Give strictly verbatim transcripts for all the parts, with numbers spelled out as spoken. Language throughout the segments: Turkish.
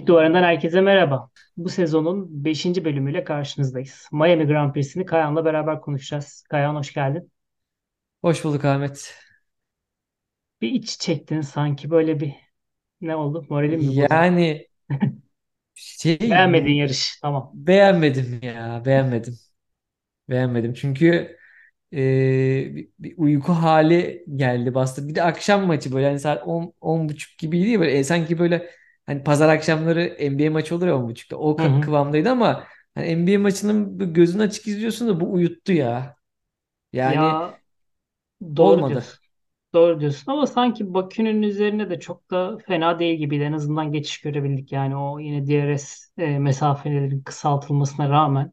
Pit Duvarı'ndan herkese merhaba. Bu sezonun beşinci bölümüyle karşınızdayız. Miami Grand Prix'sini Kayan'la beraber konuşacağız. Kayan hoş geldin. Hoş bulduk Ahmet. Bir iç çektin sanki böyle bir ne oldu? Moralin mi bozuldu? Yani şey Beğenmedin yarış. Tamam. beğenmedim ya beğenmedim. Beğenmedim çünkü e, bir, bir uyku hali geldi bastı. Bir de akşam maçı böyle hani saat on on buçuk gibiydi ya böyle e, sanki böyle hani pazar akşamları N B A maçı olur ya on buçukta o Hı kı- hı. kıvamdaydı ama hani N B A maçının bu gözün açık izliyorsun da bu uyuttu ya. Yani Ya doğru olmadı. diyorsun. Doğru diyorsun ama sanki Bakü'nün üzerine de çok da fena değil gibiydi. En azından geçiş görebildik. Yani o yine D R S e, mesafelerin kısaltılmasına rağmen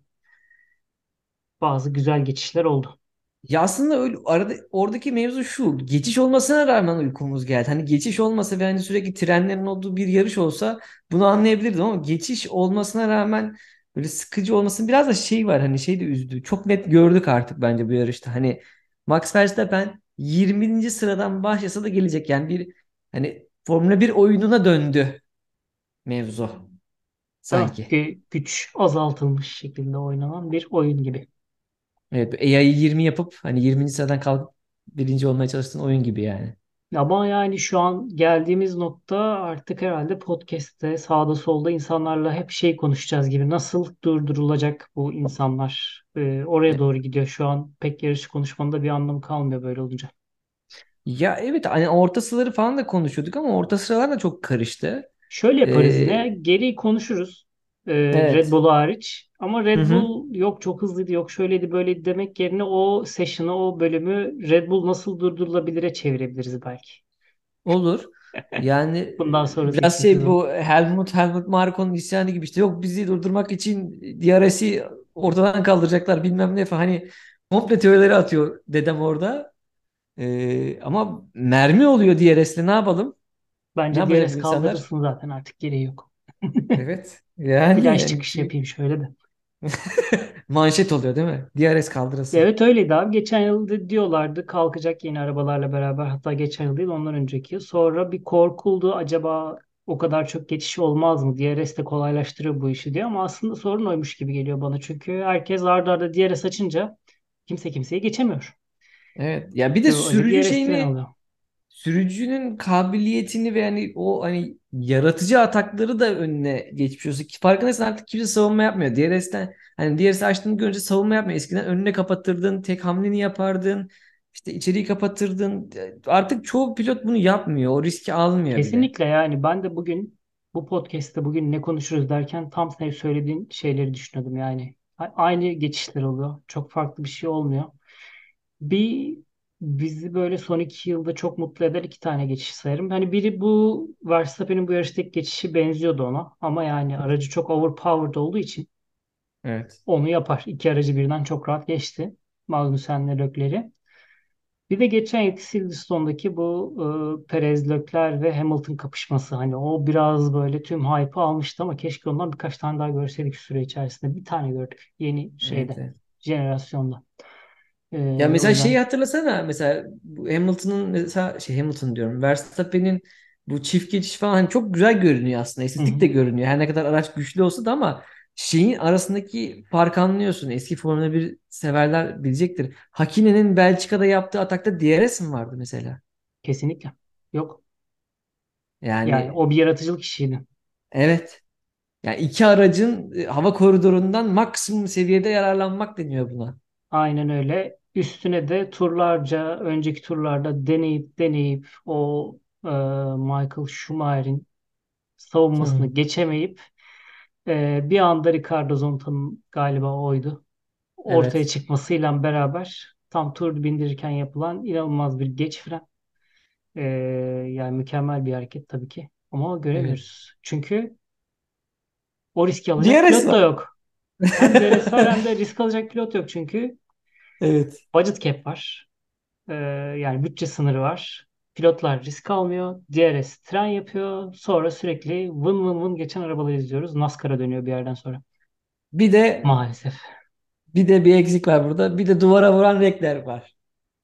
bazı güzel geçişler oldu. Ya aslında öyle arada oradaki mevzu şu. Geçiş olmasına rağmen uykumuz geldi. Hani geçiş olmasa ve hani sürekli trenlerin olduğu bir yarış olsa bunu anlayabilirdim ama geçiş olmasına rağmen böyle sıkıcı olmasının biraz da şey var. Hani şey de üzdü. Çok net gördük artık bence bu yarışta. Hani Max Verstappen yirminci sıradan başlasa da gelecek. Yani bir hani Formula bir oyununa döndü mevzu Değil mi? sanki. Gü- güç azaltılmış şekilde oynanan bir oyun gibi. Evet, A I'yı yirmi yapıp hani yirminci sıradan kalkıp birinci olmaya çalıştığın oyun gibi yani. Ama yani şu an geldiğimiz nokta artık herhalde podcast'te sağda solda insanlarla hep şey konuşacağız gibi. Nasıl durdurulacak bu insanlar? Ee, oraya doğru gidiyor. Şu an pek yarış konuşmanın da bir anlamı kalmıyor böyle olunca. Ya evet hani orta sıraları falan da konuşuyorduk ama orta sıralar da çok karıştı. Şöyle yaparız Ee, yine. Geri konuşuruz. Ee, Red evet. Bull hariç. Ama Hı Red hı. Bull yok çok hızlıydı, yok şöyleydi, böyleydi demek yerine o session'ı, o bölümü Red Bull nasıl durdurulabilire çevirebiliriz belki. Olur. Yani Bundan e, sonrası biraz için şey sezon. bu Helmut Helmut Marko'nun isyanı gibi işte yok bizi durdurmak için D R S'i ortadan kaldıracaklar bilmem ne falan. Hani komple teorileri atıyor dedem orada. Ee, ama mermi oluyor D R S'le ne yapalım? Ne Bence yapacak D R S bu insanlar? kaldırırsın zaten artık gereği yok. Evet. Yani Flash yani çıkış ki yapayım şöyle de. manşet oluyor değil mi? D R S kaldırılsın. Evet öyleydi abi. Geçen yıl da diyorlardı kalkacak yeni arabalarla beraber. Hatta geçen yıl değil ondan önceki yıl. Sonra bir korkuldu. Acaba o kadar çok geçiş olmaz mı? D R S de kolaylaştırır bu işi diye. Ama aslında sorun oymuş gibi geliyor bana. Çünkü herkes arda arda D R S açınca kimse kimseyi geçemiyor. Evet. Ya bir de Önce sürücü D R S tren şeyini alıyor. sürücünün kabiliyetini ve hani o hani yaratıcı atakları da önüne geçmiş. Ki farkındaysan artık kimse savunma yapmıyor. D R S'ten hani D R S açtığını görünce savunma yapmıyor. Eskiden önüne kapatırdın, tek hamleni yapardın. İşte içeriği kapatırdın. Artık çoğu pilot bunu yapmıyor. O riski almıyor bile. Kesinlikle yani ben de bugün bu podcast'te bugün ne konuşuruz derken tam senin söylediğin şeyleri düşünüyordum yani. A- Aynı geçişler oluyor. Çok farklı bir şey olmuyor. Bir bizi böyle son iki yılda çok mutlu eden iki tane geçiş sayarım. Hani biri bu Verstappen'in bu yarıştaki geçişi benziyordu ona. Ama yani aracı çok overpowered olduğu için Evet. onu yapar. İki aracı birden çok rahat geçti. Magnussen'le Leclerc'i. Bir de geçen yılki Silverstone'daki bu e, Perez, Leclerc ve Hamilton kapışması. Hani o biraz böyle tüm hype'ı almıştı ama keşke ondan birkaç tane daha görseydik süre içerisinde. Bir tane gördük yeni Evet. şeyde, Evet. jenerasyonda. Ya E, o mesela şeyi yüzden hatırlasana mesela bu Hamilton'ın mesela şey Hamilton diyorum Verstappen'in bu çift geçiş falan hani çok güzel görünüyor aslında hı estetik hı. de görünüyor her ne kadar araç güçlü olsa da ama şeyin arasındaki farkı anlıyorsun eski Formula bir severler bilecektir. Hakkini'nin Belçika'da yaptığı atakta D R S mi vardı mesela? Kesinlikle. Yok. Yani Yani o bir yaratıcılık işiydi. evet yani iki aracın e, hava koridorundan maksimum seviyede yararlanmak deniyor buna. Aynen öyle. Üstüne de turlarca, önceki turlarda deneyip deneyip o e, Michael Schumacher'in savunmasını Hı. geçemeyip e, bir anda Ricardo Zonta'nın galiba oydu. Ortaya Evet, çıkmasıyla beraber tam tur bindirirken yapılan inanılmaz bir geç fren. E, Yani mükemmel bir hareket tabii ki. Ama evet. göremiyoruz. Çünkü o riski alacak D R S pilot da var. yok. Hem D R S var hem de risk alacak pilot yok çünkü Evet. budget cap var. Ee, Yani bütçe sınırı var. Pilotlar risk almıyor. D R S tren yapıyor. Sonra sürekli vın vın vın geçen arabaları izliyoruz. NASCAR'a dönüyor bir yerden sonra. Bir de Maalesef. Bir de bir eksik var burada. Bir de duvara vuran rekler var.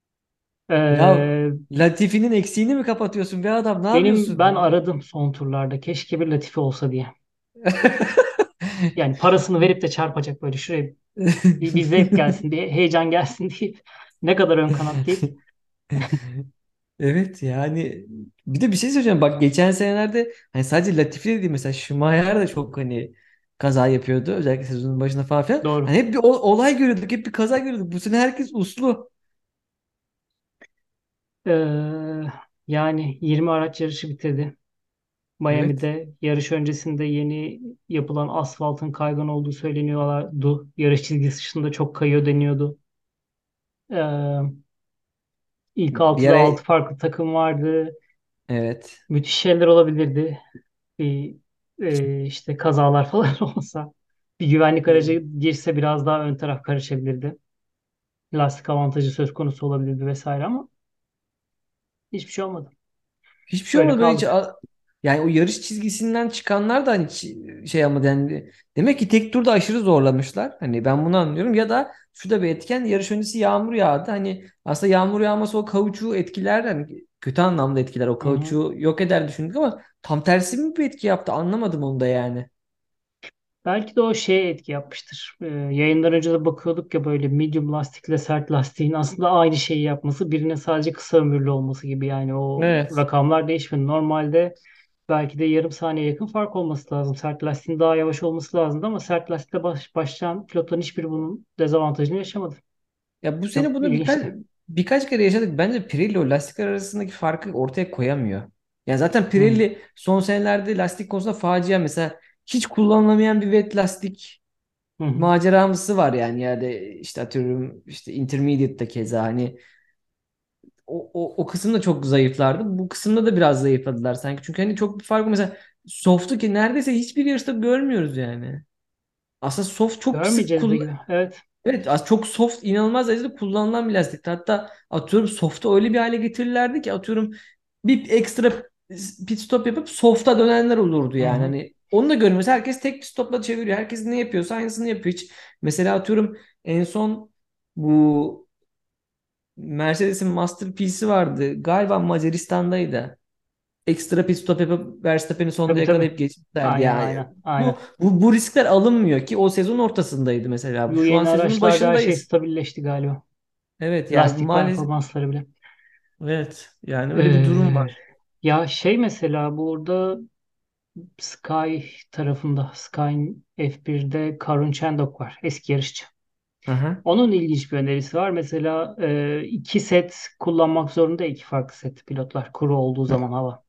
Ya Ee, Latifi'nin eksiğini mi kapatıyorsun be adam? Ne Benim yapıyorsun ben ya? aradım son turlarda. Keşke bir Latifi olsa diye. Yani parasını verip de çarpacak böyle şuraya bir, bir zevk gelsin, bir heyecan gelsin deyip ne kadar ön kanat deyip. Evet yani bir de bir şey söyleyeceğim. Bak geçen senelerde hani sadece Latifi de değil mesela Schumacher de çok hani kaza yapıyordu. Özellikle sezonun başında falan filan. Doğru. Hani hep bir ol- olay görüyorduk. Hep bir kaza görüyorduk. Bu sene herkes uslu. Ee, Yani yirmi araç yarışı bitirdi. Evet. Miami'de yarış öncesinde yeni yapılan asfaltın kaygan olduğu söyleniyordu. Yarış çizgisi dışında çok kayıyor deniyordu. Ee, ilk Bir altıda ara altı farklı takım vardı. evet. Müthiş şeyler olabilirdi. Bir e, işte kazalar falan olsa. Bir güvenlik aracı girse biraz daha ön taraf karışabilirdi. Lastik avantajı söz konusu olabilirdi vesaire ama hiçbir şey olmadı. Hiçbir şey Öyle olmadı böyle hiç. kaldık. a- Yani o yarış çizgisinden çıkanlar da hani çi- şey ama yani demek ki tek turda aşırı zorlamışlar. Hani ben bunu anlıyorum. Ya da şu da bir etken yarış öncesi yağmur yağdı. Hani aslında yağmur yağması o kauçuğu etkiler hani kötü anlamda etkiler. O Hı hı. kauçuğu yok eder düşündük ama tam tersi mi bir etki yaptı anlamadım onu da yani. Belki de o şeye etki yapmıştır. Ee, yayından önce de bakıyorduk ya böyle medium lastikle sert lastiğin aslında aynı şeyi yapması, birine sadece kısa ömürlü olması gibi yani o Evet. rakamlar değişmedi. Normalde belki de yarım saniye yakın fark olması lazım. Sert lastiğin daha yavaş olması lazımdı ama sert lastikle baş, başlayan pilotların hiçbiri bunun dezavantajını yaşamadı. Ya bu sene Çok bunu birkaç ilginçti. birkaç kere yaşadık. Bence Pirelli o lastikler arasındaki farkı ortaya koyamıyor. Yani zaten Hı Pirelli son senelerde lastik konusunda facia. Mesela hiç kullanılamayan bir wet lastik hı. Hı. maceramızı var yani. Yani işte atıyorum işte Intermediate'da keza hani o, o, o kısımda çok zayıflardı. Bu kısımda da biraz zayıfladılar sanki. Çünkü hani çok bir fark var. Mesela soft'u ki neredeyse hiçbir yarışta görmüyoruz yani. Aslında soft çok sık Görmeyeceğiz de gibi. Evet. Evet, az çok soft inanılmaz derecede kullanılan bir lastikti. Hatta atıyorum soft'u öyle bir hale getirirlerdi ki atıyorum bir ekstra pit stop yapıp soft'a dönenler olurdu Hı yani. hı. Hani onu da görüyoruz. Herkes tek pit stopla çeviriyor. Herkes ne yapıyorsa aynısını yapıyor. Hiç mesela atıyorum en son bu Mercedes'in Masterpiece'i vardı. Galiba Macaristan'daydı. Ekstra pit stop yapıp Verstappen'i sonda Tabii tabii. yakalayıp geçmişlerdi. Aynen Yani aynen. bu, Aynen. bu, bu riskler alınmıyor ki o sezon ortasındaydı mesela. Bu Şu an yeni sezonun araçlarda her şey başındayız. stabilleşti galiba. Evet yani Lastik maalesef performansları bile. evet yani öyle bir durum Ee, var. Ya şey mesela burada Sky tarafında Sky'ın F birde Karun Chandok var. Eski yarışçı. Aha, Onun ilginç bir önerisi var. Mesela e, iki set kullanmak zorunda iki farklı set pilotlar. Kuru olduğu zaman hava.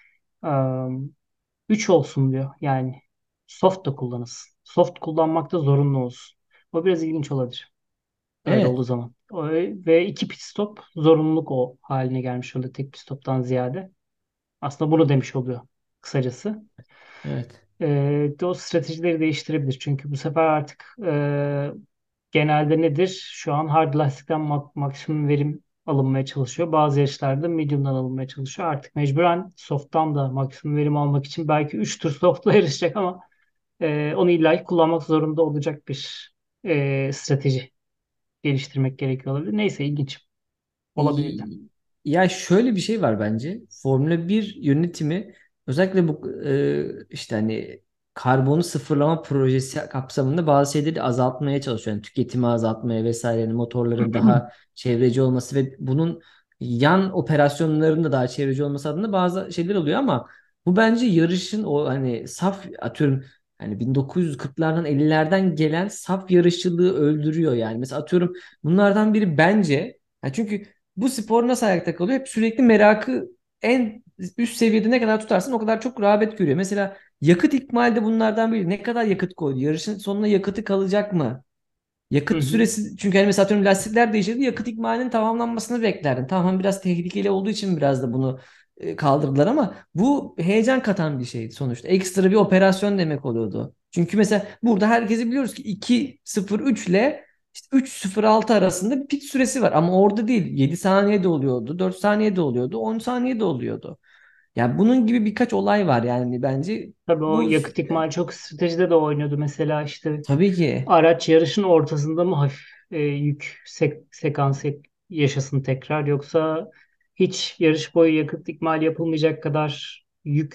Eee, Üç olsun diyor. Yani soft da kullanılsın. Soft kullanmakta zorunlu olsun. O biraz ilginç olabilir. Öyle olduğu evet, zaman. O- Ve iki pit stop zorunluluk o haline gelmiş oluyor tek pit stoptan ziyade. Aslında bunu demiş oluyor kısacası. evet. Ee, de o stratejileri değiştirebilir. Çünkü bu sefer artık e, genelde nedir? Şu an hard lastikten mak- maksimum verim alınmaya çalışıyor. Bazı yarışlarda medium'dan alınmaya çalışıyor. Artık mecburen soft'tan da maksimum verim almak için belki üç tur soft'la yarışacak ama e, onu illa kullanmak zorunda olacak bir e, strateji geliştirmek gerekiyor olabilir. Neyse ilginç olabilirdi. İyi- Ya şöyle bir şey var bence. Formula bir yönetimi özellikle bu e, işte hani karbonu sıfırlama projesi kapsamında bazı şeyleri azaltmaya çalışıyor. Yani tüketimi azaltmaya vesaire yani motorların daha çevreci olması ve bunun yan operasyonların da daha çevreci olması adına bazı şeyler oluyor ama bu bence yarışın o hani saf atıyorum hani bin dokuz yüz kırklardan ellilerden gelen saf yarışçılığı öldürüyor yani. Mesela atıyorum bunlardan biri bence ya çünkü bu spor nasıl ayakta kalıyor? Hep sürekli merakı en üst seviyede ne kadar tutarsın o kadar çok rağbet görüyor. Mesela yakıt ikmali de bunlardan biri. Ne kadar yakıt koydu? Yarışın sonuna yakıtı kalacak mı? Hı Yakıt hı. süresi çünkü hani mesela atıyorum lastikler değişirdi. Yakıt ikmalinin tamamlanmasını beklerdin. Tamam hani biraz tehlikeli olduğu için biraz da bunu e, kaldırdılar ama bu heyecan katan bir şeydi sonuçta. Ekstra bir operasyon demek oluyordu. Çünkü mesela burada herkesi biliyoruz ki iki sıfır üç ile işte üç sıfır altı arasında bir pit süresi var ama orada değil. yedi saniye de oluyordu, dört saniye de oluyordu, on saniye de oluyordu. Yani bunun gibi birkaç olay var yani bence Tabii o bu yakıt ikmali çok stratejide de oynuyordu. Mesela işte tabii ki. araç yarışın ortasında mı hafif e, yük sek sekans yaşasın tekrar yoksa hiç yarış boyu yakıt ikmali yapılmayacak kadar yük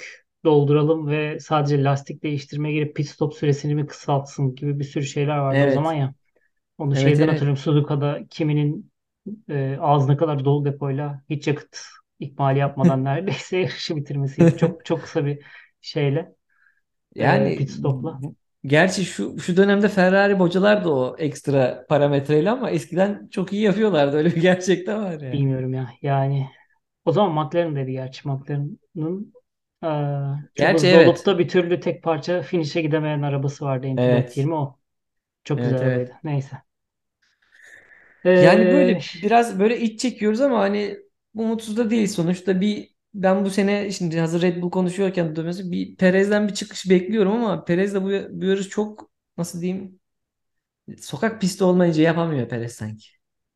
dolduralım ve sadece lastik değiştirmeye girip pit stop süresini mi kısaltsın gibi bir sürü şeyler vardı o zaman Evet. ya. Onu Evet, şeyden evet. hatırlıyorum. Suzuka'da kiminin e, ağzına kadar dolu depoyla hiç yakıt ikmali yapmadan neredeyse yarışı bitirmesiydi. Çok çok kısa bir şeyle e, Yani pit stopla. bu- gerçi şu şu dönemde Ferrari bocalar da o ekstra parametreyle ama eskiden çok iyi yapıyorlardı. Öyle bir gerçek de var yani. Bilmiyorum ya. Yani o zaman McLaren dedi gerçi. McLaren'ın e, çok Gerçi hızlı olup evet. da bir türlü tek parça finish'e gidemeyen arabası vardı. M P dört Evet. yirmi o. Çok güzel Evet, arabaydı. evet. Neyse. Yani E, böyle biraz böyle iç çekiyoruz ama hani umutsuz da değil sonuçta. Bir ben bu sene şimdi hazır Red Bull konuşuyorken dönmesi bir Perez'den bir çıkış bekliyorum ama Perez de bu, bu yarış çok nasıl diyeyim sokak pisti olmayınca yapamıyor Perez sanki.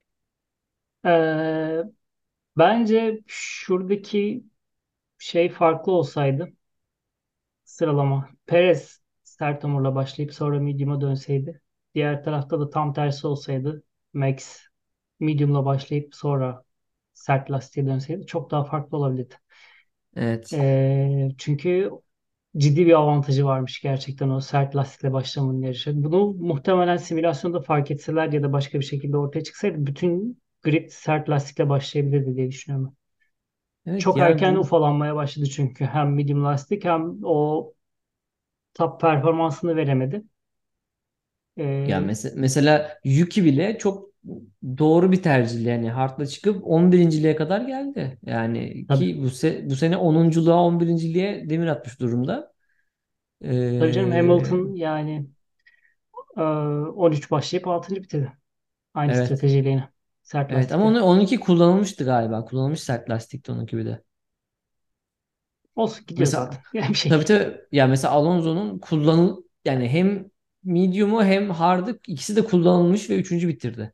e, bence şuradaki şey farklı olsaydı sıralama. Perez sert hamurla başlayıp sonra medium'a dönseydi. Diğer tarafta da tam tersi olsaydı Max medium'la başlayıp sonra sert lastiğe dönseydi çok daha farklı olabilirdi. Evet. Ee, çünkü ciddi bir avantajı varmış gerçekten o sert lastikle başlamanın yarışı. Bunu muhtemelen simülasyonda fark etseler ya da başka bir şekilde ortaya çıksaydı bütün grid sert lastikle başlayabilirdi diye düşünüyorum. Evet Çok yani erken bu ufalanmaya başladı çünkü hem medium lastik hem o top performansını veremedi. ya Ee, mesela, mesela Yuki bile çok doğru bir tercih yani hardla çıkıp on birinciliğe kadar geldi. Yani tabii, ki bu se bu sene onunculuğa on birinciliğe demir atmış durumda. tabii canım Ee, Hamilton yani e, on üç başlayıp altıncı bitirdi. Aynı evet. stratejiyle yine. Sert Evet ama lastikle. onu on iki kullanılmıştı galiba. Kullanılmış sert lastikti onunki bir de. Olsun gidiyor zaten. Mesela Yani bir tabii şekilde. tabii ya mesela Alonso'nun kullanıl yani hem medium'u hem hard'ı ikisi de kullanılmış ve üçüncü bitirdi.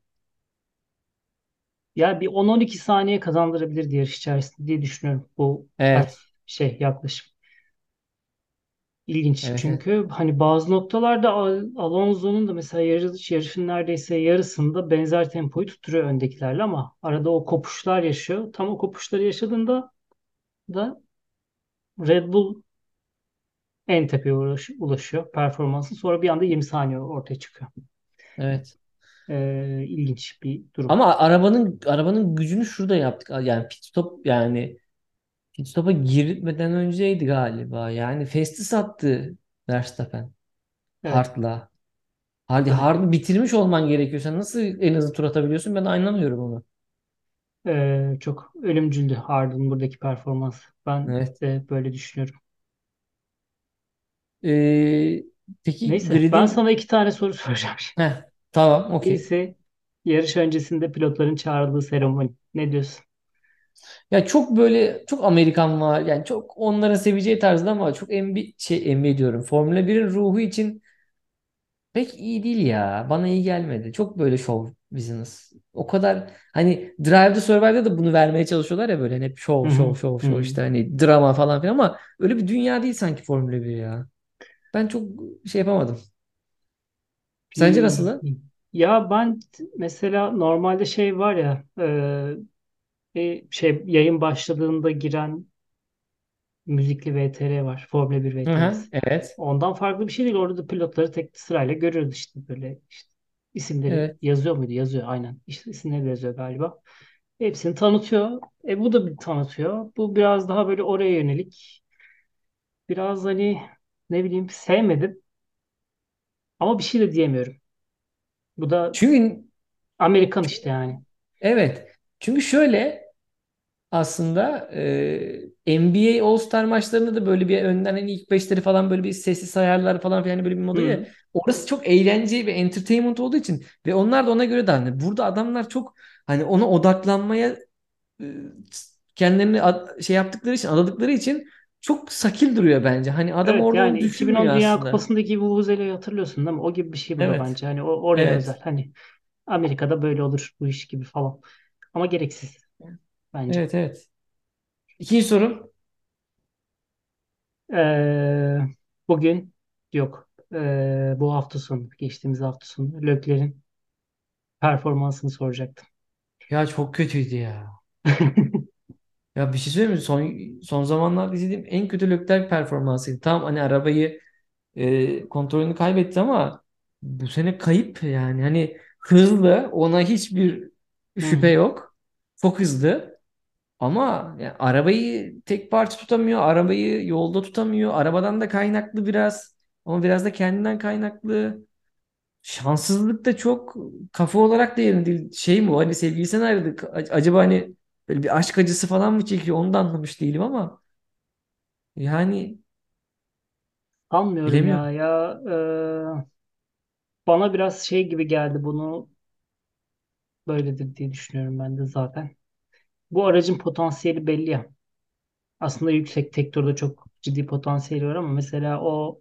Yani bir on on iki saniye kazandırabilir diğer iş içerisinde diye düşünüyorum. Bu tarz Evet. şey yaklaşım. İlginç. Evet, evet. Çünkü hani bazı noktalarda Al- Alonso'nun da mesela yarış, yarışın neredeyse yarısında benzer tempoyu tutturuyor öndekilerle ama arada o kopuşlar yaşıyor. Tam o kopuşları yaşadığında da Red Bull en tepeye uğraş- ulaşıyor performansı. Sonra bir anda yirmi saniye ortaya çıkıyor. Evet. Ee, ilginç bir durum. Ama arabanın arabanın gücünü şurada yaptık. Yani pit stop yani pit stop'a girmeden önceydi galiba. Yani Fast'i sattı Verstappen. Evet, Hard'la. Hadi tabii. Hard'ı bitirmiş olman gerekiyor. Sen nasıl en hızlı tur atabiliyorsun? Ben anlamıyorum onu. Ee, çok ölümcüldü Harden'ın buradaki performans. Ben Evet. de böyle düşünüyorum. Ee, peki Neyse, ben gridin sana iki tane soru soracağım şimdi. Heh, tamam, okey. Birisi yarış öncesinde pilotların çağrıldığı seremoni. Ne diyorsun? Ya çok böyle çok Amerikan var. Yani çok onların seveceği tarzda ama çok N B A şey N B A diyorum. Formula birin ruhu için pek iyi değil ya. Bana iyi gelmedi. Çok böyle show business. O kadar hani Drive to Survive'da da bunu vermeye çalışıyorlar ya böyle hani hep Hı show hı, show show hı show hı. işte hani drama falan filan ama öyle bir dünya değil sanki Formula bir ya. Ben çok şey yapamadım. Sence Bir, nasıl? ya ben t- mesela normalde şey var ya e, bir şey yayın başladığında giren müzikli V T R var. Formula bir Hı hı, V T R'si. evet. Ondan farklı bir şey değil. Orada da pilotları tek sırayla görüyoruz işte böyle işte isimleri Evet. yazıyor muydu? Yazıyor aynen. İşte isimleri de yazıyor galiba. Hepsini tanıtıyor. E bu da bir tanıtıyor. Bu biraz daha böyle oraya yönelik. Biraz hani ne bileyim sevmedim ama bir şey de diyemiyorum. Bu da Çünkü Amerikan işte yani. evet. Çünkü şöyle aslında e, N B A All-Star maçlarında da böyle bir önden hani ilk beşleri falan böyle bir sessiz ayarlar falan filan hani böyle bir moda ya. Hı, Orası çok eğlence ve entertainment olduğu için ve onlar da ona göre davranıyor. Burada adamlar çok hani ona odaklanmaya e, kendilerini ad- şey yaptıkları için adadıkları için çok sakil duruyor bence. Hani adam evet orada yani onu iki bin on düşünmüyor Dünya aslında. Kupası'ndaki Vuvuzela'yı hatırlıyorsun değil mi? O gibi bir şey bu da Evet. bence. Hani o oraya özel. Evet. Hani Amerika'da böyle olur bu iş gibi falan. Ama gereksiz bence. Evet, evet. İkinci sorum. Ee, bugün yok. Ee, bu hafta sonu, geçtiğimiz hafta sonu Lökler'in performansını soracaktım. Ya çok kötüydü ya. Ya bir şey söyleyeyim mi? Son, son zamanlarda izlediğim en kötü Leclerc performansıydı. Tamam hani arabayı e, kontrolünü kaybetti ama bu sene kayıp yani. Hani hızlı, ona hiçbir şüphe Hı. yok. Çok hızlı. Ama ya, arabayı tek parça tutamıyor. Arabayı yolda tutamıyor. Arabadan da kaynaklı biraz. Ama biraz da kendinden kaynaklı. Şanssızlık da çok, kafa olarak da yerinde değil. Şey mi o, hani sevgilisinden ayrıldık. A- Acaba hani böyle bir aşk acısı falan mı çekiyor, onu da anlamış değilim ama yani Sanmıyorum ya. bilemiyorum. Ya e, bana biraz şey gibi geldi, bunu böyledir diye düşünüyorum ben de zaten. Bu aracın potansiyeli belli ya. Aslında yüksek, Tektor'da çok ciddi potansiyeli var ama mesela o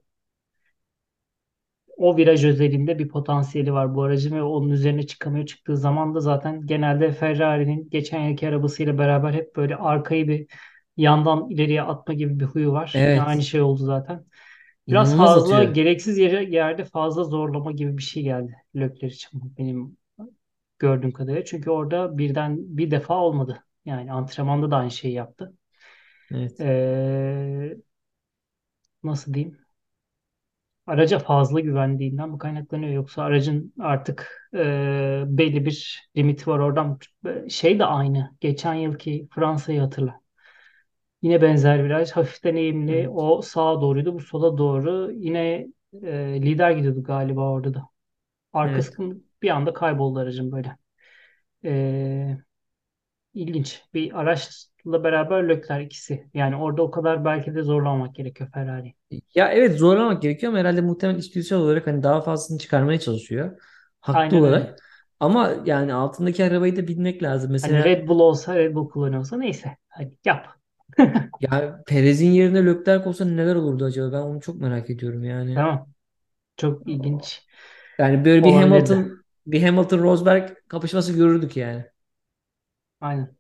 o viraj özelinde bir potansiyeli var bu aracın ve onun üzerine çıkamıyor. Çıktığı zaman da zaten genelde Ferrari'nin geçen yılki arabasıyla beraber hep böyle arkayı bir yandan ileriye atma gibi bir huyu var. Yine aynı Evet. şey oldu zaten. Biraz İnanılmaz fazla atıyor. gereksiz yere, yerde fazla zorlama gibi bir şey geldi Leclerc için benim gördüğüm kadarıyla. Çünkü orada birden bir defa olmadı. Yani antrenmanda da aynı şeyi yaptı. Evet. Ee, nasıl diyeyim? Araca fazla güvendiğinden mi kaynaklanıyor, yoksa aracın artık e, belli bir limiti var oradan. Şey de aynı. Geçen yılki Fransa'yı hatırla. Yine benzer viraj. Hafif deneyimli. Evet. O sağa doğruydu. Bu sola doğru. Yine e, lider gidiyordu galiba orada da. Evet. Arkası bir anda kayboldu aracın böyle. E, ilginç. Bir araçla beraber Leclerc ikisi. Yani orada o kadar belki de zorlanmak gerekiyor Ferrari. Ya evet, zorlamak gerekiyor ama herhalde muhtemelen içgüdüsel olarak hani daha fazlasını çıkarmaya çalışıyor. Haklı Aynen öyle. olarak. Ama yani altındaki arabayı da bilmek lazım. Hani Mesela Red Bull olsa, Red Bull kullanıyorsa neyse. Hadi yap. ya Perez'in yerine Leclerc olsa neler olurdu acaba? Ben onu çok merak ediyorum yani. Tamam. Çok ilginç Yani böyle bir olabilirdi. Hamilton bir Hamilton Rosberg kapışması görürdük yani. Aynen.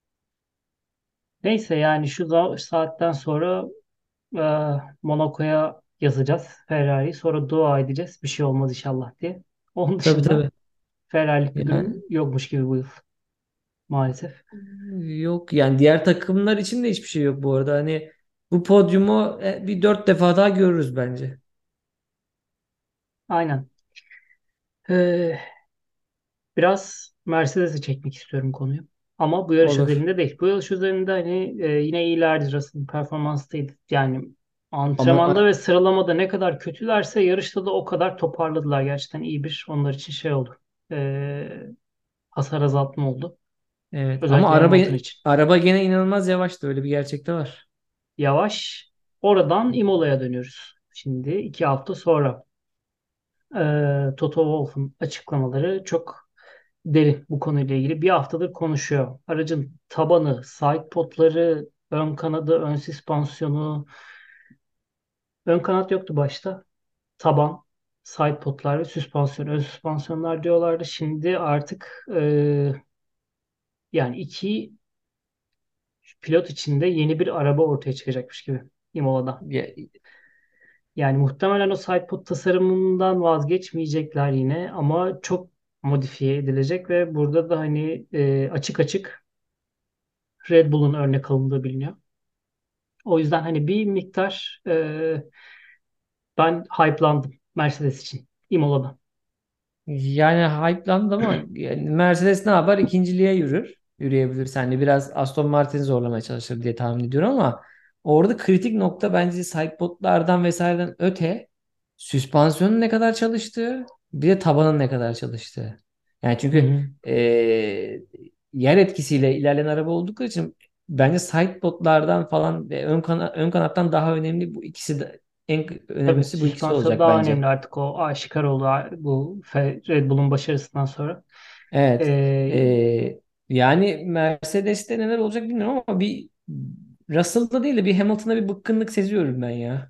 Neyse yani şu za- saatten sonra e, Monaco'ya yazacağız Ferrari. Sonra dua edeceğiz. Bir şey olmaz inşallah diye. Onun Tabii dışında tabii. Ferrari'lik bir durum Yani yokmuş gibi bu yıl maalesef. yok yani, diğer takımlar için de hiçbir şey yok bu arada. Hani bu podyumu e, bir dört defa daha görürüz bence. Aynen. Ee, biraz Mercedes'e çekmek istiyorum konuyu. Ama bu yarış Olur. özelinde değil. Bu yarış özelinde hani e, yine iyilerdi, Russell'ın performanstaydı. Yani Ama antrenmanda ve sıralamada ne kadar kötülerse yarışta da o kadar toparladılar. Gerçekten iyi bir onlar için şey oldu. Ee, hasar azaltma oldu. evet, ama Özellikle araba Hamilton için. araba gene inanılmaz yavaştı, öyle bir gerçek de var. Yavaş. Oradan Imola'ya dönüyoruz. Şimdi iki hafta sonra. Ee, Toto Wolff'un açıklamaları çok derin bu konuyla ilgili. Bir haftadır konuşuyor. Aracın tabanı, side podları, ön kanadı, ön süspansiyonu. Ön kanat yoktu başta. Taban, side podlar ve süspansiyon. Ön süspansiyonlar diyorlardı. Şimdi artık e, yani iki pilot içinde yeni bir araba ortaya çıkacakmış gibi Imola'da. Ya, Yani muhtemelen o sidepod tasarımından vazgeçmeyecekler yine ama çok modifiye edilecek ve burada da hani e, açık açık Red Bull'un örnek alındığı biliniyor. O yüzden hani bir miktar e, ben hype'landım Mercedes için Imola'da. yani hype'landı ama yani Mercedes ne yapar? İkinciliğe yürür. Yürüyebilir. Hani biraz Aston Martin'i zorlamaya çalışır diye tahmin ediyorum ama orada kritik nokta bence sidepodlardan vesaireden öte süspansiyonun ne kadar çalıştığı, bir de tabanın ne kadar çalıştığı. Yani Hı çünkü hı. eee, yer etkisiyle ilerleyen araba oldukları için bence sidepodlardan falan ve ön, kana ön kanattan daha önemli, bu ikisi de en Tabii önemlisi bu ikisi süspansiyon olacak daha bence. önemli, artık o aşikar oldu bu Fe- Red Bull'un başarısından sonra. Evet. E, Ee, yani Mercedes'te neler olacak bilmiyorum ama bir Russell'da değil de bir Hamilton'da bir bıkkınlık seziyorum ben ya.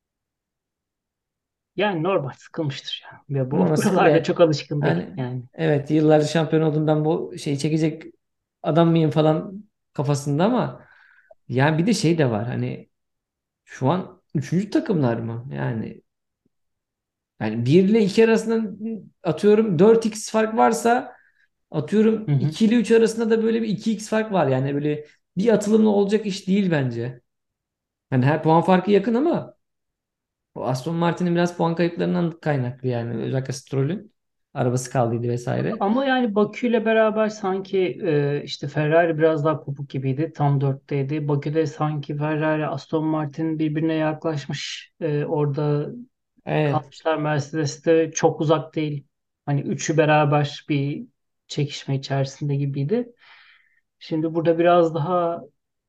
yani normal sıkılmıştır ya. Ve bu Ama nasıl buralarda ve çok alışkın değil yani yani. evet, yıllardır şampiyon oldum, ben bu şeyi çekecek adam mıyım falan kafasında ama yani bir de şey de var, hani şu an üçüncü takımlar mı? Yani yani bir ile iki arasında atıyorum dört x fark varsa, Hı atıyorum hı. iki ile üç arasında da böyle bir iki x fark var. Yani böyle bir atılımla olacak iş değil bence. Yani her puan farkı yakın ama o Aston Martin'in biraz puan kayıplarından kaynaklı yani. Özellikle Stroll'ün arabası kaldıydı vesaire. Ama yani Bakü ile beraber sanki e, işte Ferrari biraz daha kopuk gibiydi. Tam dörtteydi. Bakü'de sanki Ferrari, Aston Martin birbirine yaklaşmış. E, orada Evet. kalmışlar. Mercedes de çok uzak değil. Hani üçü beraber bir çekişme içerisinde gibiydi. Şimdi burada biraz daha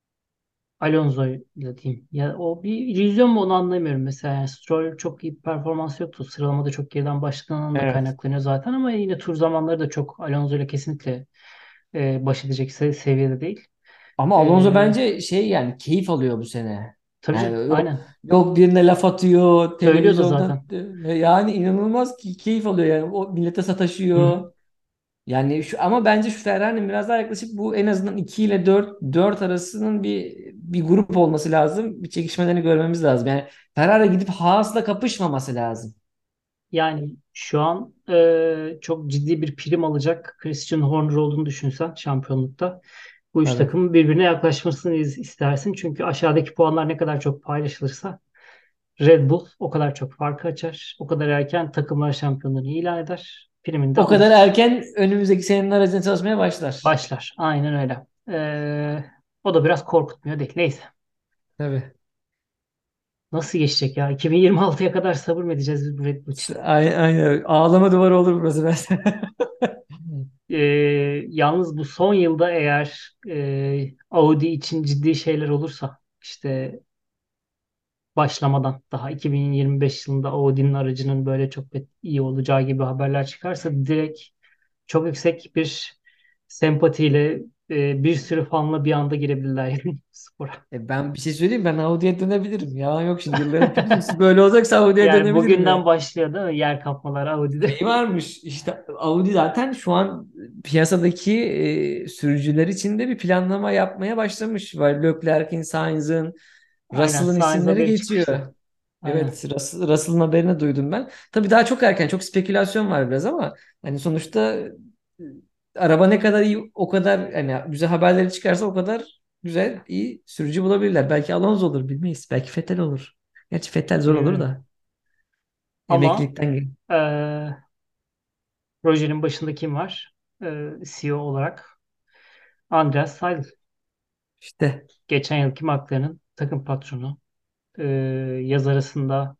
Alonso'yla diyeyim. Ya o bir illüzyon mu onu anlamıyorum. Mesela yani Stroll çok iyi bir performans yoktu. Sıralamada çok geriden başladığından da Evet. kaynaklanıyor zaten ama yine tur zamanları da çok Alonso ile kesinlikle e, baş edecek se- seviyede değil. Ama Alonso E, bence şey yani keyif alıyor bu sene. tabii Yani canım, yok aynen. yok birine laf atıyor Söylüyor da televizyondan, zaten. yani inanılmaz ki keyif alıyor yani o millete Hı hı. sataşıyor. Yani şu ama bence şu Ferrari'nin biraz daha yaklaşık bu en azından iki ile dört dört arasının bir bir grup olması lazım. Bir çekişmelerini görmemiz lazım. Yani Ferrari gidip Haas'la kapışmaması lazım. Yani şu an e, çok ciddi bir prim alacak Christian Horner olduğunu düşünsen şampiyonlukta. Bu üç Tabii. takımın birbirine yaklaşmasını iz- istersin. Çünkü aşağıdaki puanlar ne kadar çok paylaşılırsa Red Bull o kadar çok farkı açar. O kadar erken takımlar şampiyonluğunu ilan eder. Primini de O kadar alır. erken önümüzdeki senenin aracına çalışmaya başlar. Başlar. Aynen öyle. Ee, o da biraz korkutmuyor değil. Neyse. Tabii. Nasıl geçecek ya? iki bin yirmi altıya kadar sabır mı edeceğiz biz bu Red Bull için? Aynen, aynen. Ağlama duvarı olur burası ben. Ee, yalnız bu son yılda eğer e, Audi için ciddi şeyler olursa işte başlamadan daha iki bin yirmi beş yılında Audi'nin aracının böyle çok iyi olacağı gibi haberler çıkarsa direkt çok yüksek bir sempatiyle e, bir sürü fanla bir anda girebilirler yani spora. E ben bir şey söyleyeyim, ben Audi'ye dönebilirim. Yalan yok, şimdi yılların kötüsü böyle olacaksa Audi'ye Yani dönebilirim bugünden ya. başlıyor değil mi? Yer kapmalar Audi'de. Şey varmış işte, Audi zaten şu an piyasadaki e, sürücüler için de bir planlama yapmaya başlamış. Var Leclerc'in, Sainz'ın, Aynen, Russell'ın Sainz isimleri haberi çıkmıştı. geçiyor. Aynen. Evet, Russell, Russell'ın haberini duydum ben. Tabii daha çok erken, çok spekülasyon var biraz ama hani sonuçta e, araba ne kadar iyi, o kadar hani güzel haberleri çıkarsa o kadar güzel iyi sürücü bulabilirler. Belki Alonso olur, bilmeyiz. Belki Vettel olur. Gerçi Vettel zor olur Bilmiyorum. da. Ama Emeklilikten gel. e, projenin başında kim var? E, C E O olarak Andreas Seidl. İşte Geçen yılki McLaren'ın takım patronu. E, yaz arasında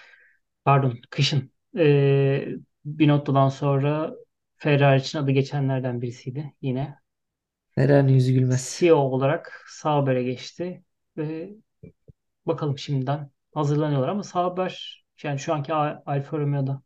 pardon kışın e, Binotto'dan sonra Ferrari için adı geçenlerden birisiydi yine. Ferrari'nin yüzü gülmez. C E O olarak Sauber'e geçti ve bakalım şimdiden hazırlanıyorlar ama Sauber yani şu anki Al- Alfa Romeo'da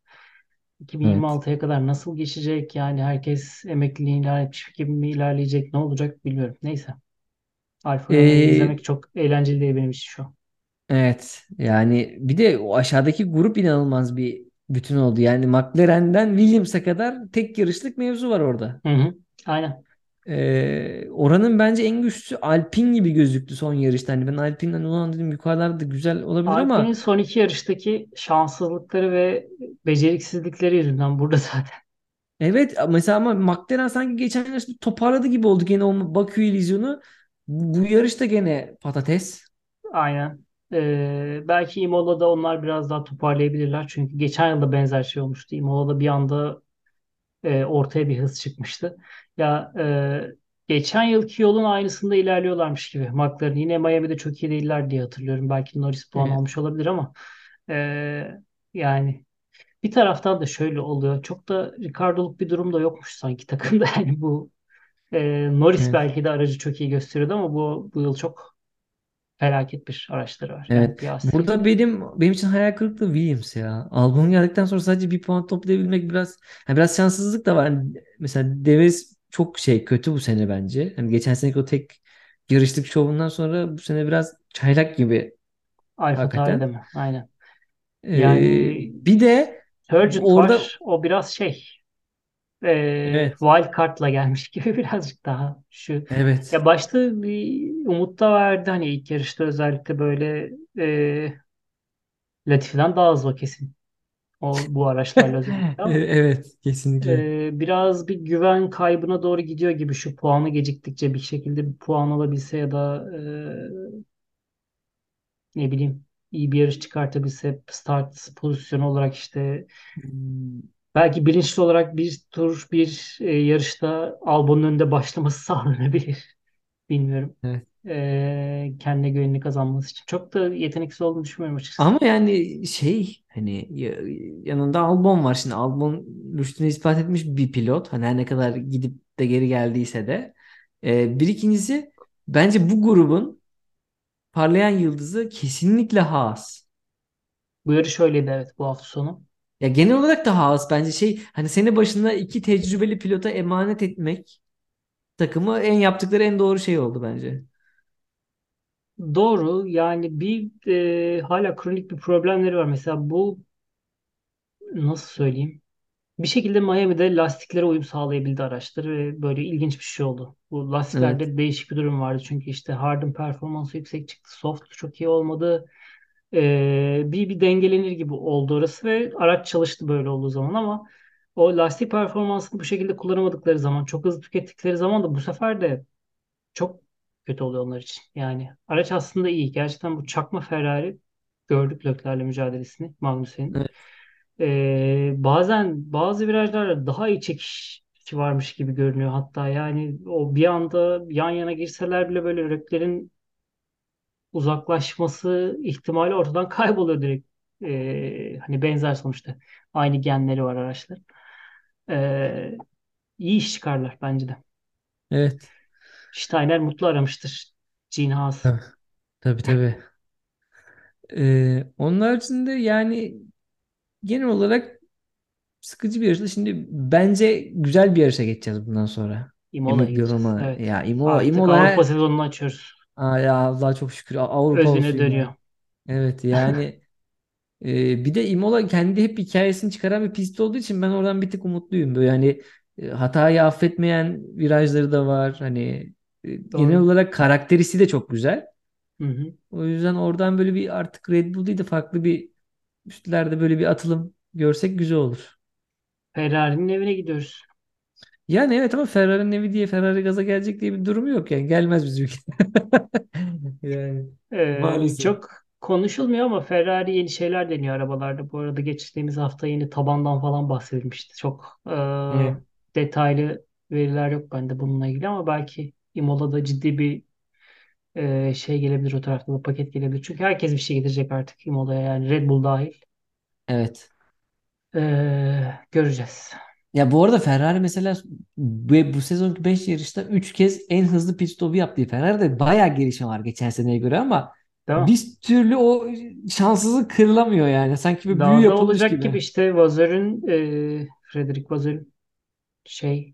Evet. iki bin yirmi altıya kadar nasıl geçecek? Yani herkes emekliliğini ilan etmiş gibi mi ilerleyecek? Ne olacak bilmiyorum. Neyse. Alfa Romeo'yu Ee, izlemek çok eğlenceli değil benim için şu an. evet. Yani bir de o aşağıdaki grup inanılmaz bir bütün oldu. Yani McLaren'den Williams'a kadar tek yarışlık mevzu var orada. Hı hı. Aynen. Ee, oranın bence en güçlüsü Alpine gibi gözüktü son yarışta. Hani ben Alpine'den ulan dedim yukarılarda güzel olabilir Alpine'in ama son iki yarıştaki şanssızlıkları ve beceriksizlikleri yüzünden burada zaten. evet, mesela ama McLaren sanki geçen yarış bir toparladı gibi oldu gene o Bakü illüzyonu. Bu, bu yarışta gene patates. Aynen. Ee, belki Imola'da onlar biraz daha toparlayabilirler. Çünkü geçen yılda benzer şey olmuştu. Imola'da bir anda e, ortaya bir hız çıkmıştı. Ya e, geçen yılki yolun aynısında ilerliyorlarmış gibi. McLaren yine Miami'de çok iyi değiller diye hatırlıyorum. Belki Norris puan Evet. almış olabilir ama e, yani bir taraftan da şöyle oluyor. Çok da Ricardo'luk bir durum da yokmuş sanki takımda. Yani bu e, Norris Evet. belki de aracı çok iyi gösteriyordu ama bu bu yıl çok felaket bir araçları var. Yani Evet. Piastri. Burada benim benim için hayal kırıklığı Williams ya. Albon geldikten sonra sadece bir puan toplayabilmek biraz ha, biraz şanssızlık da var. Hani mesela Devis çok şey kötü bu sene bence. Hani geçen seneki o tek yarışlık şovundan sonra bu sene biraz çaylak gibi Alfa hakikaten. mi? Aynen. Ee, Yani bir de Turgent orada var. O biraz şey e, evet, wild card'la gelmiş gibi birazcık daha şu evet. ya başta bir umut da verdi hani ilk yarışta özellikle böyle e, Latifi'den daha hızlı o kesin. O bu araçlarla özellikle ama Evet, kesinlikle. e, biraz bir güven kaybına doğru gidiyor gibi, şu puanı geciktikçe bir şekilde bir puan alabilse ya da e, ne bileyim iyi bir yarış çıkartabilse, start pozisyonu olarak işte Hmm, belki bilinçli olarak bir tur bir e, yarışta Albon'un önünde başlaması sağlanabilir. Bilmiyorum. evet. E, kendine güvenini kazanması için. Çok da yeteneksiz olduğunu düşünmüyorum açıkçası. Ama yani şey hani ya- yanında Albon var. Şimdi Albon rüştünü ispat etmiş bir pilot. Hani her ne kadar gidip de geri geldiyse de. Ee, bir ikincisi bence bu grubun parlayan yıldızı kesinlikle Haas. Bu yarış öyleydi, evet, bu hafta sonu. Ya genel olarak da Haas bence şey hani sene başında iki tecrübeli pilota emanet etmek takımı en yaptıkları en doğru şey oldu bence. Doğru, yani bir e, hala kronik bir problemleri var. Mesela bu, nasıl söyleyeyim? Bir şekilde Miami'de lastiklere uyum sağlayabildi araçları ve böyle ilginç bir şey oldu. Bu Evet. lastiklerde değişik bir durum vardı. Çünkü işte hard'ın performansı yüksek çıktı. Soft çok iyi olmadı. Ee, bir, bir dengelenir gibi oldu orası ve araç çalıştı böyle olduğu zaman, ama o lastik performansını bu şekilde kullanamadıkları zaman, çok hızlı tükettikleri zaman da bu sefer de çok kötü oluyor onlar için. Yani araç aslında iyi. Gerçekten bu çakma Ferrari, gördük Leclerc'le mücadelesini Magnussen'in. Evet. Ee, bazen bazı virajlarda daha iyi çekiş varmış gibi görünüyor hatta. Yani o bir anda yan yana girseler bile böyle Leclerc'in uzaklaşması ihtimali ortadan kayboluyor direkt. Ee, hani benzer sonuçta. Aynı genleri var araçlar. Ee, iyi iş çıkarlar bence de. Evet. Steiner mutlu aramıştır Gene Haas. Tabii tabii. tabii. Ee, onun haricinde yani genel olarak sıkıcı bir yarıştı. Şimdi bence güzel bir yarışa geçeceğiz bundan sonra. Imola'ya Emekliyorum gideceğiz. ama Evet. ya Imola Artık Avrupa Imola sezonunu açıyoruz. Aa, ya Allah çok şükür A- Avrupa Özüne olsun ya. dönüyor. Evet yani e, bir de Imola kendi hep hikayesini çıkaran bir pist olduğu için ben oradan bir tık umutluyum. Böyle yani e, hatayı affetmeyen virajları da var. Hani e, genel Doğru. olarak karakteristi de çok güzel. Hı hı. O yüzden oradan böyle bir artık Red Bull değil de farklı bir üstlerde böyle bir atılım görsek güzel olur. Ferrari'nin evine gidiyoruz. Yani evet ama Ferrari'nin evi diye Ferrari gaza gelecek diye bir durumu yok yani. Gelmez bizim ülke. Yani Ee, maalesef. çok konuşulmuyor ama Ferrari yeni şeyler deniyor arabalarda. Bu arada geçtiğimiz hafta yeni tabandan falan bahsedilmişti. Çok e, Evet. detaylı veriler yok bende bununla ilgili, ama belki Imola'da ciddi bir e, şey gelebilir, o tarafta da paket gelebilir. Çünkü herkes bir şey getirecek artık Imola'ya, yani Red Bull dahil. Evet. Ee, göreceğiz. Ya bu arada Ferrari mesela bu, bu sezonki beş yarışta üç kez en hızlı pit stopu yaptı. Ferrari'de bayağı gelişme var geçen seneye göre ama Değil mi? bir türlü o şanssızlık kırılamıyor yani. Sanki bir büyü Daha da yapılmış olacak gibi gibi. işte Vassör'ün e, Frederick Vassör'ün şey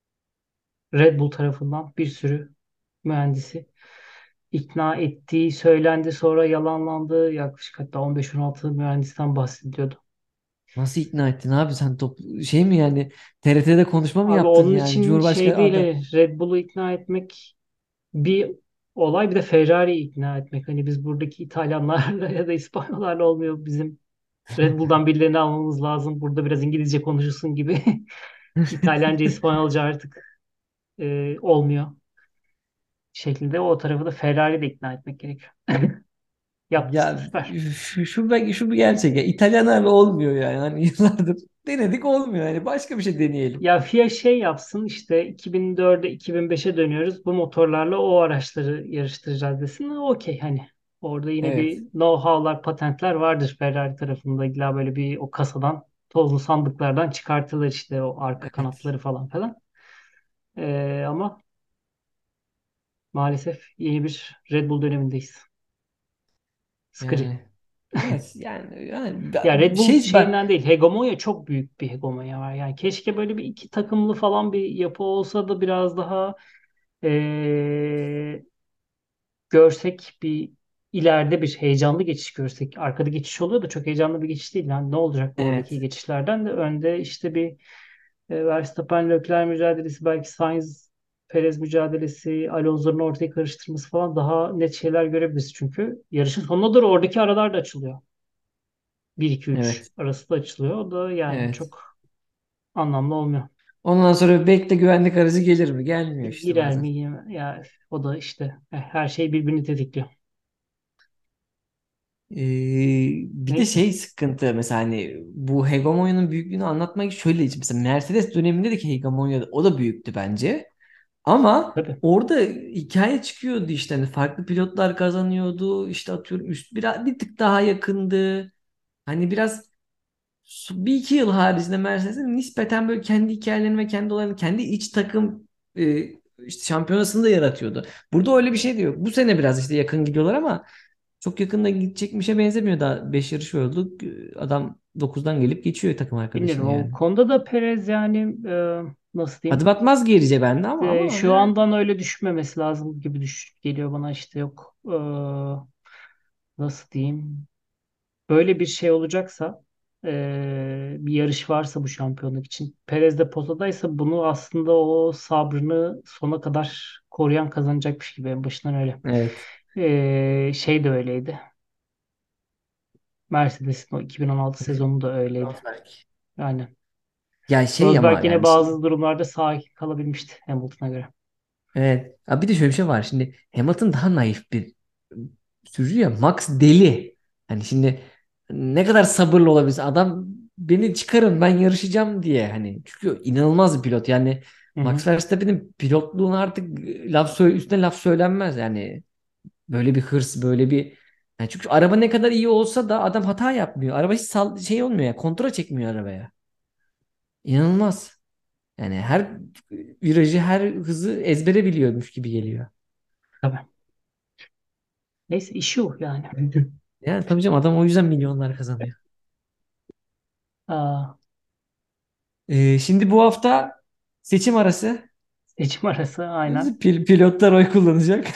Red Bull tarafından bir sürü mühendisi ikna ettiği söylendi, sonra yalanlandı. Yaklaşık hatta on beş on altı mühendisten bahsediliyordu. Nasıl ikna ettin abi sen top şey mi yani T R T'de konuşma mı Abi yaptın onun yani için şey Cumhurbaşkanı değil, adı? hani Red Bull'u ikna etmek bir olay, bir de Ferrari'yi ikna etmek. Hani biz buradaki İtalyanlarla ya da İspanyollarla olmuyor, bizim Red Bull'dan birilerini almamız lazım. Burada biraz İngilizce konuşulsun gibi. İtalyanca, İspanyolca artık e, olmuyor şeklinde, o tarafı da Ferrari de ikna etmek gerekiyor. Yapmıştır, Ya süper. şu, şu, be- şu bir gerçek ya İtalyanlarla olmuyor yani hani yıllardır denedik olmuyor yani başka bir şey deneyelim. Ya F I A şey yapsın işte, iki bin dörde iki bin beşe dönüyoruz. Bu motorlarla o araçları yarıştıracağız desin. Okey, hani orada yine bir Evet. know-how'lar, patentler vardır Ferrari tarafında. İlla böyle bir o kasadan, tozlu sandıklardan çıkartılır işte o arka Evet. kanatları falan filan. Ee, ama maalesef yeni bir Red Bull dönemindeyiz. Sıkıcı. Yani evet yani yani Ya ben- Red Bull şey ben şeyinden değil. Hegemonya, çok büyük bir hegemonya var. Yani keşke böyle bir iki takımlı falan bir yapı olsa da biraz daha ee, görsek, bir ileride bir heyecanlı geçiş görsek. Arkada geçiş oluyor da çok heyecanlı bir geçiş değil. Yani ne olacak bu oradaki evet geçişlerden de, önde işte bir e, Verstappen Leclerc mücadelesi, belki Sainz Perez mücadelesi, Alonso'nun ortaya karıştırması falan, daha net şeyler görebiliriz çünkü yarışın sonuna doğru oradaki aralar da açılıyor. bir iki üç Evet. arası da açılıyor. O da yani Evet. çok anlamlı olmuyor. Ondan sonra bekle güvenlik aracı gelir mi? Gelmiyor işte Girer bazen. mi? Yeme- Ya o da işte eh, her şey birbirini tetikliyor. Ee, bir de Neyse. şey sıkıntı mesela hani bu hegemonyanın büyüklüğünü anlatmak şöyle mesela Mercedes döneminde de hegemonya o da büyüktü bence. Ama Tabii. orada hikaye çıkıyordu işte hani farklı pilotlar kazanıyordu işte atıyorum üst bir, bir tık daha yakındı. Hani biraz bir iki yıl haricinde Mercedes'in nispeten böyle kendi hikayelerini ve kendi olayını kendi iç takım e, işte şampiyonasını da yaratıyordu. Burada öyle bir şey de yok. Bu sene biraz işte yakın gidiyorlar ama çok yakında gidecekmişe benzemiyor daha beş yarış oldu. Adam dokuzdan gelip geçiyor takım Bilmiyorum. arkadaşını O yani. konuda da Perez yani e, nasıl Adım diyeyim? atmaz gerice bende ama E, ama şu yani. andan öyle düşmemesi lazım gibi düş geliyor bana işte yok. E, nasıl diyeyim? Böyle bir şey olacaksa e, bir yarış varsa bu şampiyonluk için Perez de potadaysa bunu aslında o sabrını sona kadar koruyan kazanacakmış gibi en başından öyle. Evet. E, şey de öyleydi. Mercedes'in o iki bin on altı sezonu da öyleydi. Rosberg. Yani Ya şey ama Rosberg yine yani şey, bazı durumlarda sakin kalabilmişti Hamilton'a göre. evet. Ha, bir de şöyle bir şey var. Şimdi Hamilton daha naif bir sürücü ya. Max deli. Hani şimdi ne kadar sabırlı olabilirsin. Adam beni çıkarın ben yarışacağım diye. Hani çünkü inanılmaz bir pilot. Yani Hı hı. Max Verstappen'in pilotluğuna artık laf söyle, üstüne laf söylenmez. Yani böyle bir hırs, böyle bir yani çünkü araba ne kadar iyi olsa da adam hata yapmıyor. Araba hiç sal- şey olmuyor ya. Kontra çekmiyor arabaya. İnanılmaz. Yani her virajı, her hızı ezbere biliyormuş gibi geliyor. Tabii. Neyse işi o yani. Yani tabii canım adam o yüzden milyonlar kazanıyor. Aa, Ee, şimdi bu hafta seçim arası. seçim arası aynen. Pil- pilotlar oy kullanacak.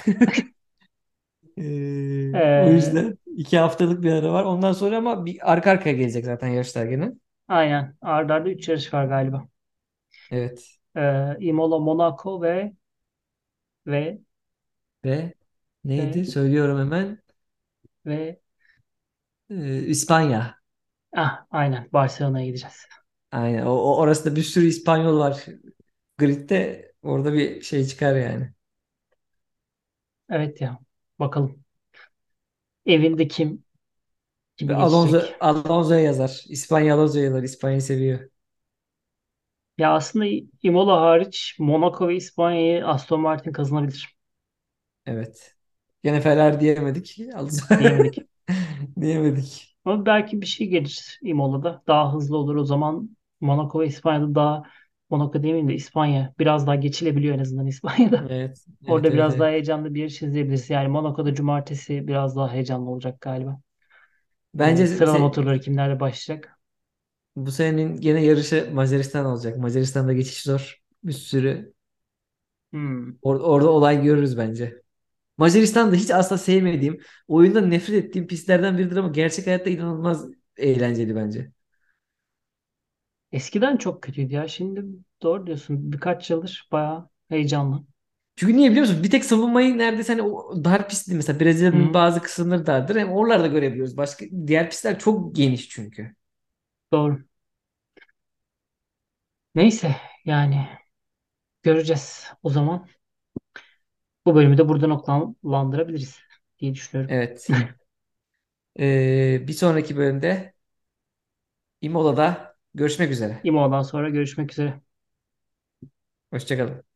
Ee, o Ee, yüzden iki haftalık bir ara var. Ondan sonra ama bir arka arkaya gelecek zaten yarışlar gene. aynen. Arda arda üç yarış var galiba. Evet. Ee, Imola, Monaco ve ve Ve ve neydi? Söylüyorum hemen. ve Ee, İspanya. ah aynen Barcelona'ya gideceğiz. Aynen. O, o- orası da bir sürü İspanyol var. Grid'de orada bir şey çıkar yani. Evet ya. Bakalım. Evinde kim kimi Ve Alonso, geçecek? Alonso'ya yazar. İspanya Alonso'ya yazar. İspanya'yı seviyor. Ya aslında Imola hariç Monaco ve İspanya'yı Aston Martin kazanabilir. Evet. Gene Ferrari diyemedik. Diyemedik. Diyemedik. Ama belki bir şey gelir Imola'da. Daha hızlı olur. O zaman Monaco ve İspanya'da daha Monaco demeyeyim de İspanya biraz daha geçilebiliyor en azından İspanya'da. Evet. Evet, Orada evet, biraz daha evet. heyecanlı bir yarış izleyebiliriz. Yani Monaco'da cumartesi biraz daha heyecanlı olacak galiba. Bence Ee, sıralama se- turları kimlerle başlayacak? bu senenin gene yarışı Macaristan olacak. Macaristan'da geçiş zor. Bir sürü Hmm. or- orada olay görürüz bence. Macaristan da hiç asla sevmediğim, oyunda nefret ettiğim pistlerden biridir ama gerçek hayatta inanılmaz eğlenceli bence. Eskiden çok kötüydü ya. Şimdi doğru diyorsun. Birkaç yıldır bayağı heyecanlı. Çünkü niye biliyor musun? Bir tek savunmayı neredeyse hani o dar pistti mesela Brezilya'nın Hı, bazı kısımları dardır. Hem oralarda görebiliyoruz. Başka diğer pistler çok geniş çünkü. doğru. Neyse yani göreceğiz o zaman. Bu bölümü de burada noktalandırabiliriz diye düşünüyorum. Evet. Ee, bir sonraki bölümde Imola'da görüşmek üzere. İmo'dan sonra görüşmek üzere. Hoşça kalın.